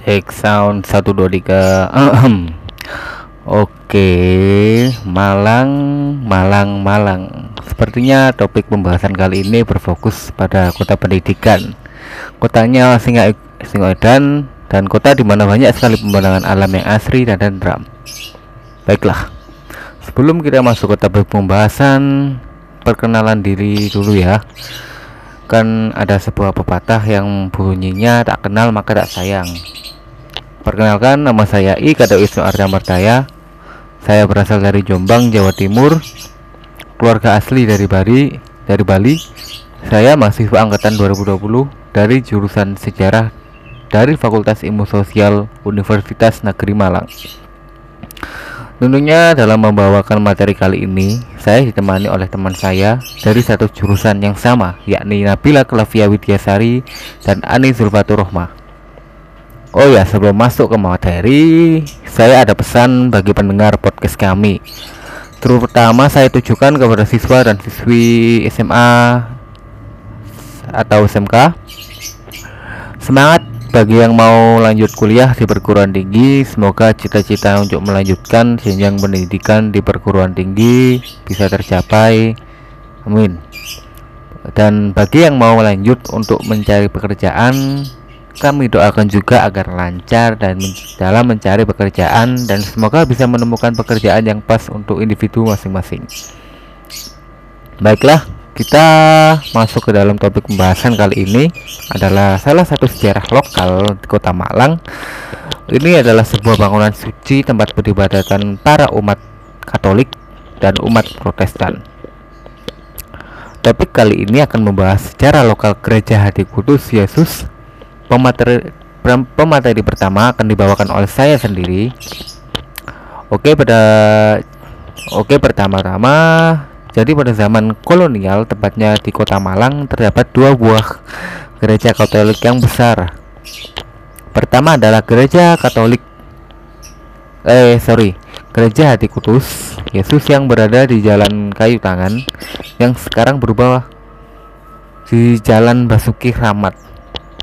Cek sound 1 2 3. Oke, Malang. Sepertinya topik pembahasan kali ini berfokus pada kota pendidikan. Kotanya Singoedan dan kota di mana banyak sekali pemandangan alam yang asri dan tentram. Baiklah, sebelum kita masuk ke topik pembahasan, perkenalan diri dulu ya. Kan ada sebuah pepatah yang bunyinya tak kenal maka tak sayang. Perkenalkan, nama saya I Kado Wisnu Ardamartaya. Saya berasal dari Jombang, Jawa Timur. Keluarga asli dari Bali. Saya mahasiswa angkatan 2020 dari jurusan Sejarah dari Fakultas Ilmu Sosial Universitas Negeri Malang. Tentunya dalam membawakan materi kali ini, saya ditemani oleh teman saya dari satu jurusan yang sama, yakni Nabila Klavia Widyasari dan Ani Zulfatur Rohmah. Oh ya, sebelum masuk ke materi, saya ada pesan bagi pendengar podcast kami. Terutama saya tujukan kepada siswa dan siswi SMA atau SMK. Semangat bagi yang mau lanjut kuliah di perguruan tinggi. Semoga cita-cita untuk melanjutkan jenjang pendidikan di perguruan tinggi bisa tercapai. Amin. Dan bagi yang mau lanjut untuk mencari pekerjaan, kami doakan juga agar lancar dan dalam mencari pekerjaan, dan semoga bisa menemukan pekerjaan yang pas untuk individu masing-masing. Baiklah, kita masuk ke dalam topik pembahasan kali ini adalah salah satu sejarah lokal di Kota Malang. Ini adalah sebuah bangunan suci tempat peribadatan para umat Katolik dan umat Protestan. Topik kali ini akan membahas sejarah lokal Gereja Hati Kudus Yesus. Pemateri pertama akan dibawakan oleh saya sendiri. Pertama-tama, jadi pada zaman kolonial, tepatnya di Kota Malang, terdapat dua buah gereja Katolik yang besar. Pertama adalah Gereja Hati Kudus Yesus yang berada di Jalan Kayu Tangan, yang sekarang berubah di Jalan Basuki Rahmat.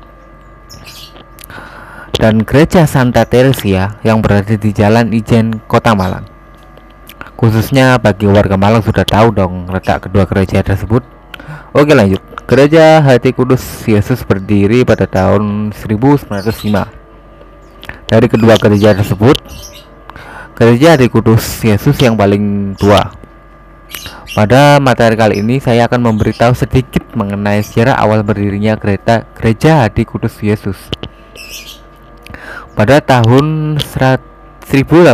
Dan Gereja Santa Teresia yang berada di Jalan Ijen, Kota Malang. Khususnya bagi warga Malang sudah tahu dong letak kedua gereja tersebut. Oke, lanjut. Gereja Hati Kudus Yesus berdiri pada tahun 1905. Dari kedua gereja tersebut, Gereja Hati Kudus Yesus yang paling tua. Pada materi kali ini saya akan memberitahu sedikit mengenai sejarah awal berdirinya Gereja Hati Kudus Yesus. Pada tahun 1897,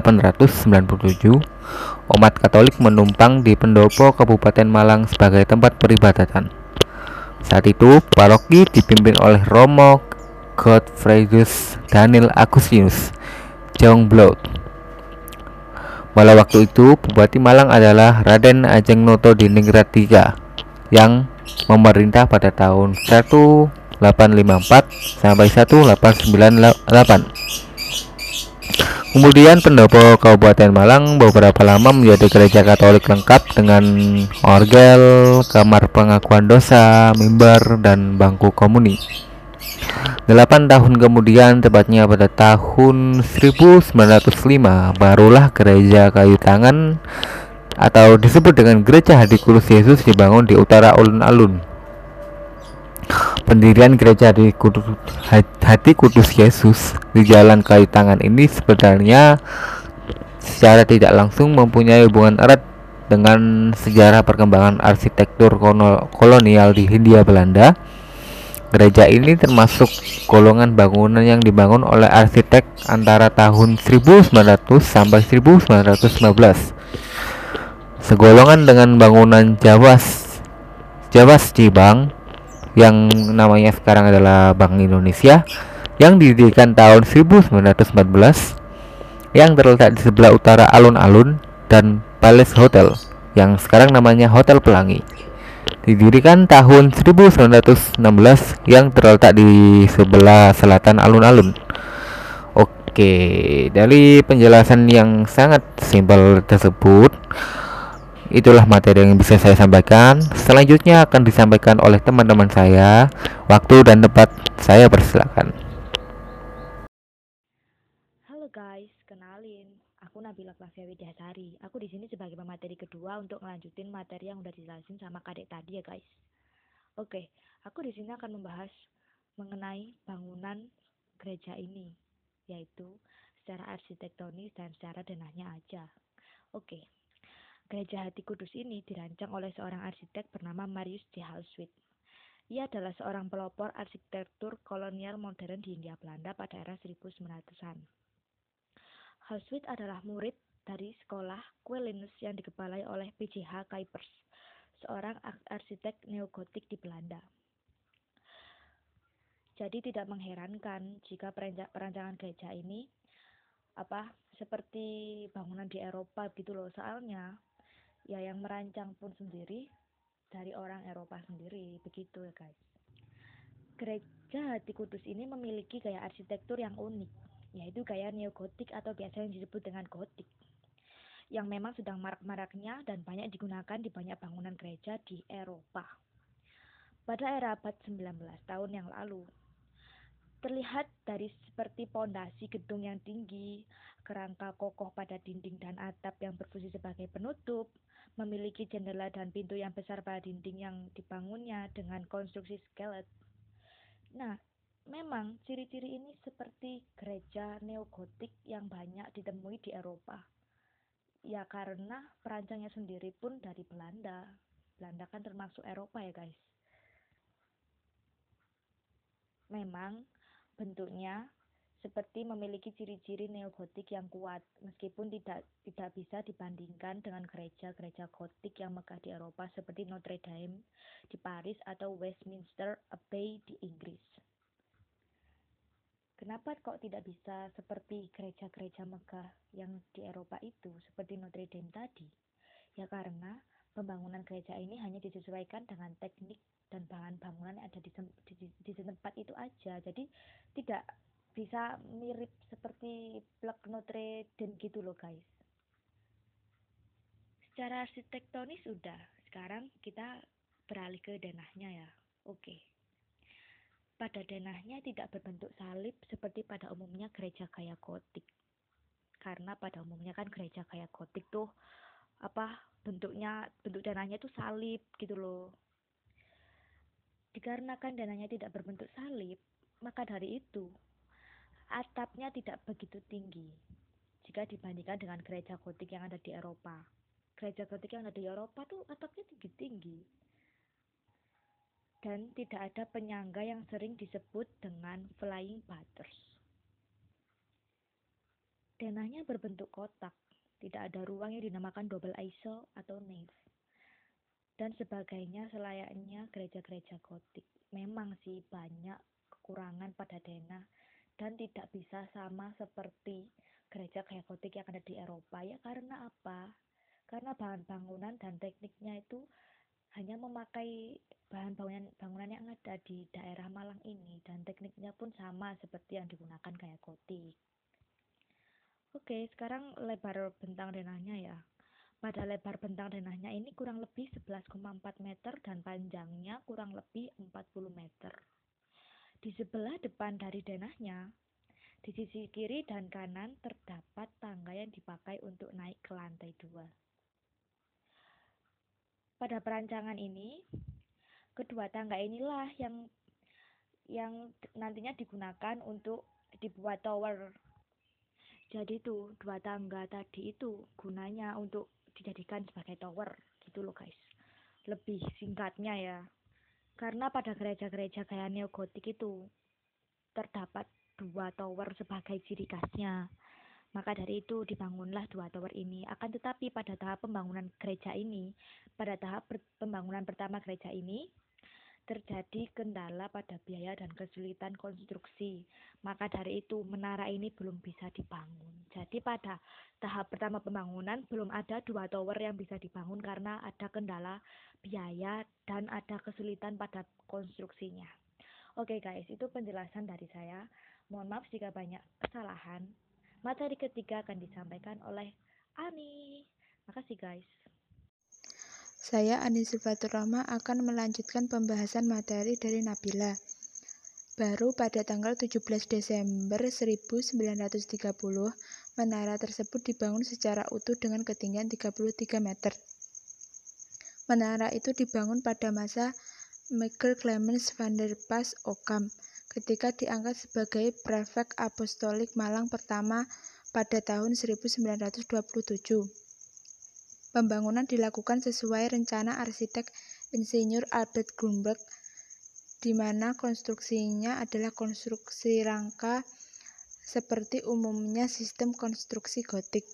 umat Katolik menumpang di Pendopo, Kabupaten Malang sebagai tempat peribadatan. Saat itu, paroki dipimpin oleh Romo Godfredus Daniel Agustinus Jongbloed. Pada waktu itu, Bupati Malang adalah Raden Ajeng Noto Diningrat III yang memerintah pada tahun 1854 sampai 1898. Kemudian Pendopo Kabupaten Malang beberapa lama menjadi gereja Katolik lengkap dengan orgel, kamar pengakuan dosa, mimbar, dan bangku komuni. 8 tahun kemudian, tepatnya pada tahun 1905, barulah Gereja Kayu Tangan atau disebut dengan Gereja Hati Kudus Yesus dibangun di utara alun-alun. Pendirian Gereja Hati Kudus Yesus di Jalan Kayu Tangan ini sebenarnya secara tidak langsung mempunyai hubungan erat dengan sejarah perkembangan arsitektur kolonial di Hindia Belanda. Gereja ini termasuk golongan bangunan yang dibangun oleh arsitek antara tahun 1900 sampai 1915. Segolongan dengan bangunan Jawas Cibang yang namanya sekarang adalah Bank Indonesia, yang didirikan tahun 1914, yang terletak di sebelah utara alun-alun, dan Palace Hotel yang sekarang namanya Hotel Pelangi, didirikan tahun 1916, yang terletak di sebelah selatan alun-alun. Oke, dari penjelasan yang sangat simpel tersebut, itulah materi yang bisa saya sampaikan. Selanjutnya akan disampaikan oleh teman-teman saya. Waktu dan tempat saya persilakan. Halo guys, kenalin. Aku Nabila Flavia Widyasari. Aku di sini sebagai pemateri kedua untuk ngelanjutin materi yang udah dijelasin sama kadek tadi ya guys. Oke, aku di sini akan membahas mengenai bangunan gereja ini, yaitu secara arsitektonis dan secara denahnya aja. Oke, Gereja Hati Kudus ini dirancang oleh seorang arsitek bernama Marius de Halswijk. Ia adalah seorang pelopor arsitektur kolonial modern di Hindia Belanda pada era 1900-an. Halswijk adalah murid dari sekolah Quillinus yang dikepalai oleh P.J.H. Cuypers, seorang arsitek neogotik di Belanda. Jadi tidak mengherankan jika perancangan gereja ini seperti bangunan di Eropa gitu loh. Soalnya ya yang merancang pun sendiri dari orang Eropa sendiri, begitu ya guys. Gereja Hati Kudus ini memiliki gaya arsitektur yang unik, yaitu gaya neogotik atau biasa yang disebut dengan gotik, yang memang sedang marak-maraknya dan banyak digunakan di banyak bangunan gereja di Eropa. Pada era abad 19 tahun yang lalu, terlihat dari seperti pondasi gedung yang tinggi, kerangka kokoh pada dinding dan atap yang berfungsi sebagai penutup, memiliki jendela dan pintu yang besar pada dinding yang dibangunnya dengan konstruksi skelet. Nah, memang ciri-ciri ini seperti gereja neogotik yang banyak ditemui di Eropa. Ya karena perancangnya sendiri pun dari Belanda. Belanda kan termasuk Eropa ya guys. Memang bentuknya seperti memiliki ciri-ciri neogotik yang kuat, meskipun tidak bisa dibandingkan dengan gereja-gereja gotik yang megah di Eropa seperti Notre Dame di Paris atau Westminster Abbey di Inggris. Kenapa kok tidak bisa seperti gereja-gereja megah yang di Eropa itu, seperti Notre Dame tadi? Ya karena pembangunan gereja ini hanya disesuaikan dengan teknik dan bahan bangunan yang ada di tempat itu aja. Jadi tidak bisa mirip seperti plek Notre Dame gitu loh guys. Secara arsitektonis udah, sekarang kita beralih ke denahnya ya. Oke. Pada denahnya tidak berbentuk salib seperti pada umumnya gereja gaya gotik. Karena pada umumnya kan gereja gaya gotik tuh bentuk dananya itu salib gitu loh. Dikarenakan dananya tidak berbentuk salib, maka dari itu atapnya tidak begitu tinggi jika dibandingkan dengan gereja gotik yang ada di Eropa. Gereja gotik yang ada di Eropa tuh atapnya tinggi-tinggi. Dan tidak ada penyangga yang sering disebut dengan flying butters. Denahnya berbentuk kotak, tidak ada ruang yang dinamakan double aisle atau nave, dan sebagainya selayaknya gereja-gereja gotik. Memang sih banyak kekurangan pada denah dan tidak bisa sama seperti gereja kayak gotik yang ada di Eropa. Ya karena apa? Karena bahan bangunan dan tekniknya itu hanya memakai bahan bangunan yang ada di daerah Malang ini, dan tekniknya pun sama seperti yang digunakan kayak gotik. Oke, sekarang lebar bentang denahnya ya. Pada lebar bentang denahnya ini kurang lebih 11,4 meter dan panjangnya kurang lebih 40 meter. Di sebelah depan dari denahnya, di sisi kiri dan kanan terdapat tangga yang dipakai untuk naik ke lantai 2. Pada perancangan ini, kedua tangga inilah yang nantinya digunakan untuk dibuat tower. Jadi tuh dua tangga tadi itu gunanya untuk dijadikan sebagai tower gitu loh guys. Lebih singkatnya ya. Karena pada gereja-gereja gaya neogotik itu terdapat dua tower sebagai ciri khasnya. Maka dari itu dibangunlah dua tower ini. Akan tetapi pada tahap pembangunan gereja ini, pada tahap pembangunan pertama gereja ini, terjadi kendala pada biaya dan kesulitan konstruksi. Maka dari itu menara ini belum bisa dibangun. Jadi pada tahap pertama pembangunan belum ada dua tower yang bisa dibangun karena ada kendala biaya dan ada kesulitan pada konstruksinya. Oke guys, itu penjelasan dari saya. Mohon maaf jika banyak kesalahan. Materi ketiga akan disampaikan oleh Ani. Makasih guys. Saya Ani Sulfatur Rahma akan melanjutkan pembahasan materi dari Nabila. Baru pada tanggal 17 Desember 1930, menara tersebut dibangun secara utuh dengan ketinggian 33 meter. Menara itu dibangun pada masa Michael Clemens van der Pas Occam, ketika diangkat sebagai prefek apostolik Malang pertama pada tahun 1927. Pembangunan dilakukan sesuai rencana arsitek insinyur Albert Grunberg, di mana konstruksinya adalah konstruksi rangka seperti umumnya sistem konstruksi gotik.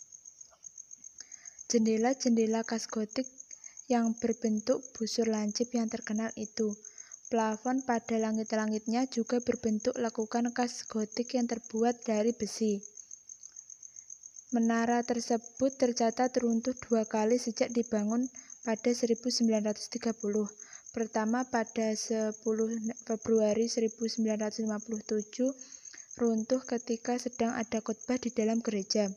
Jendela-jendela khas gotik yang berbentuk busur lancip yang terkenal itu. Plafon pada langit-langitnya juga berbentuk lekukan khas gotik yang terbuat dari besi. Menara tersebut tercatat runtuh 2 kali sejak dibangun pada 1930. Pertama pada 10 Februari 1957, runtuh ketika sedang ada khotbah di dalam gereja.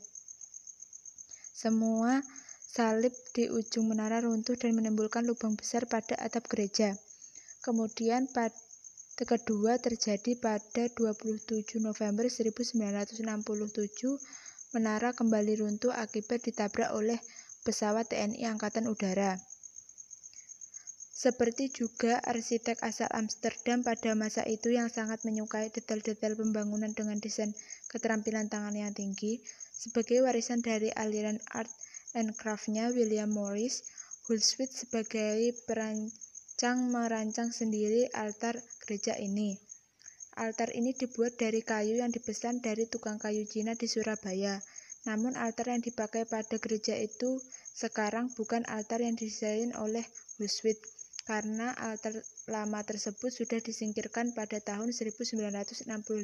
Semua salib di ujung menara runtuh dan menimbulkan lubang besar pada atap gereja. Kemudian kedua terjadi pada 27 November 1967, menara kembali runtuh akibat ditabrak oleh pesawat TNI Angkatan Udara. Seperti juga arsitek asal Amsterdam pada masa itu yang sangat menyukai detail-detail pembangunan dengan desain keterampilan tangan yang tinggi, sebagai warisan dari aliran Art and Craft-nya William Morris, Hulswith sebagai perancang merancang sendiri altar gereja ini. Altar ini dibuat dari kayu yang dipesan dari tukang kayu Cina di Surabaya. Namun altar yang dipakai pada gereja itu sekarang bukan altar yang didesain oleh Hulswith, karena altar lama tersebut sudah disingkirkan pada tahun 1965.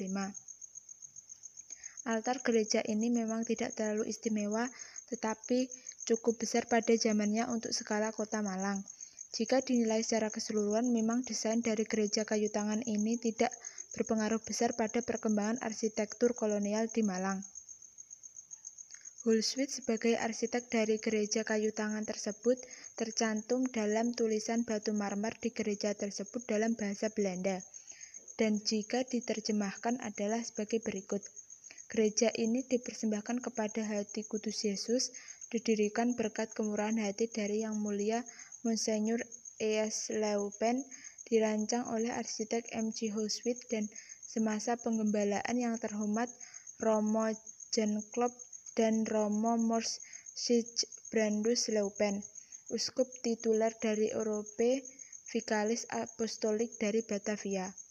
Altar gereja ini memang tidak terlalu istimewa, tetapi cukup besar pada zamannya untuk skala kota Malang. Jika dinilai secara keseluruhan, memang desain dari gereja kayu tangan ini tidak berpengaruh besar pada perkembangan arsitektur kolonial di Malang. Hulswith sebagai arsitek dari gereja kayu tangan tersebut tercantum dalam tulisan batu marmer di gereja tersebut dalam bahasa Belanda, dan jika diterjemahkan adalah sebagai berikut. Gereja ini dipersembahkan kepada hati kudus Yesus, didirikan berkat kemurahan hati dari Yang Mulia Monsignor E.S. Leupen, dirancang oleh arsitek M.C. Hulswith dan semasa penggembalaan yang terhormat Romo Jan Klopp dan Romo Mors Sijbrandus Leupen, uskup tituler dari Europe Vicalis Apostolik dari Batavia.